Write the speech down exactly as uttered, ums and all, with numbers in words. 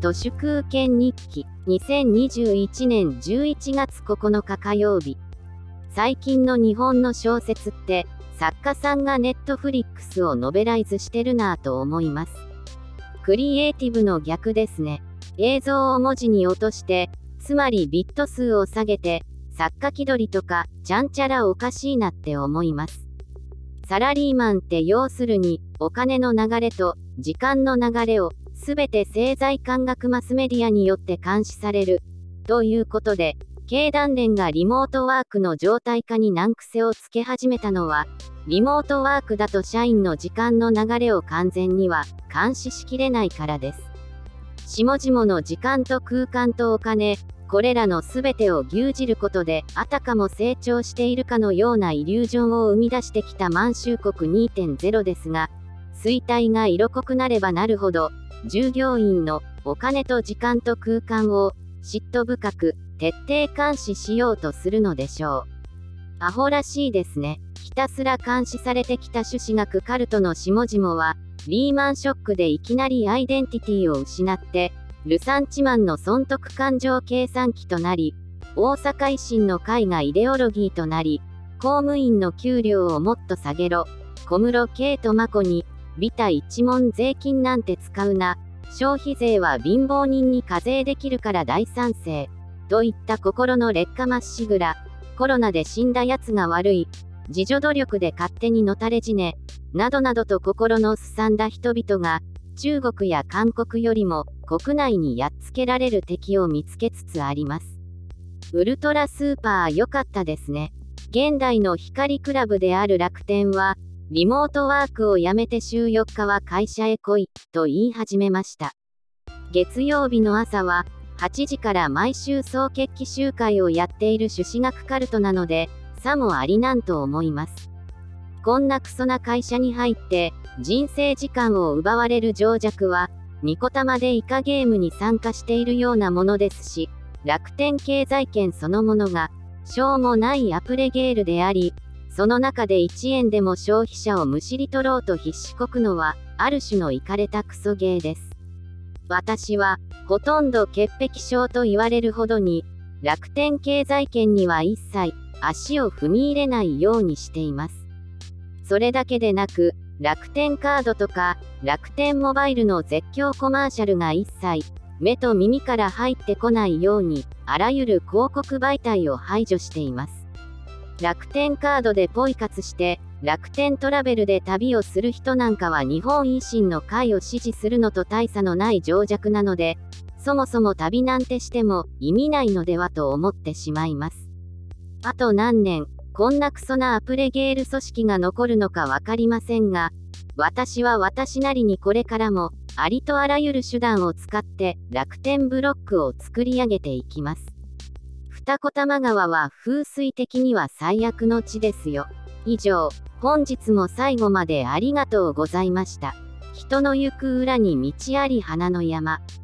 都市空権日記にせんにじゅういちねんじゅういちがつここのか火曜日。最近の日本の小説って作家さんがネットフリックスをノベライズしてるなぁと思います。クリエイティブの逆ですね。映像を文字に落として、つまりビット数を下げて、作家気取りとかちゃんちゃらおかしいなって思います。サラリーマンって要するにお金の流れと時間の流れをすべて政財官学マスメディアによって監視されるということで、経団連がリモートワークの常態化に難癖をつけ始めたのは、リモートワークだと社員の時間の流れを完全には監視しきれないからです。下々の時間と空間とお金、これらのすべてを牛耳ることで、あたかも成長しているかのようなイリュージョンを生み出してきた満州国 にてんゼロ ですが、衰退が色濃くなればなるほど、従業員のお金と時間と空間を嫉妬深く徹底監視しようとするのでしょう。アホらしいですね。ひたすら監視されてきた朱子学カルトの下々は、リーマンショックでいきなりアイデンティティを失って、ルサンチマンの損得感情計算機となり、大阪維新の会がイデオロギーとなり、公務員の給料をもっと下げろ、小室圭と眞子に、ビタ一文税金なんて使うな、消費税は貧乏人に課税できるから大賛成、といった心の劣化まっしぐら、コロナで死んだやつが悪い、自助努力で勝手にのたれ死ね、などなどと心のすさんだ人々が、中国や韓国よりも国内にやっつけられる敵を見つけつつあります。ウルトラスーパー良かったですね。現代の光クラブである楽天は、リモートワークをやめて週よっかは会社へ来い、と言い始めました。月曜日の朝は、はちじから毎週総決起集会をやっている朱子学カルトなので、さもありなんと思います。こんなクソな会社に入って、人生時間を奪われる情弱は、ニコタマでイカゲームに参加しているようなものですし、楽天経済圏そのものが、しょうもないアプレゲールであり、その中でいちえんでも消費者をむしり取ろうと必死こくのは、ある種のイカれたクソゲーです。私は、ほとんど潔癖症と言われるほどに、楽天経済圏には一切、足を踏み入れないようにしています。それだけでなく、楽天カードとか、楽天モバイルの絶叫コマーシャルが一切、目と耳から入ってこないように、あらゆる広告媒体を排除しています。楽天カードでポイ活して、楽天トラベルで旅をする人なんかは日本維新の会を支持するのと大差のない情弱なので、そもそも旅なんてしても意味ないのではと思ってしまいます。あと何年、こんなクソなアプレゲール組織が残るのかわかりませんが、私は私なりにこれからも、ありとあらゆる手段を使って楽天ブロックを作り上げていきます。二子玉川は風水的には最悪の地ですよ。以上、本日も最後までありがとうございました。人の行く裏に道あり花の山。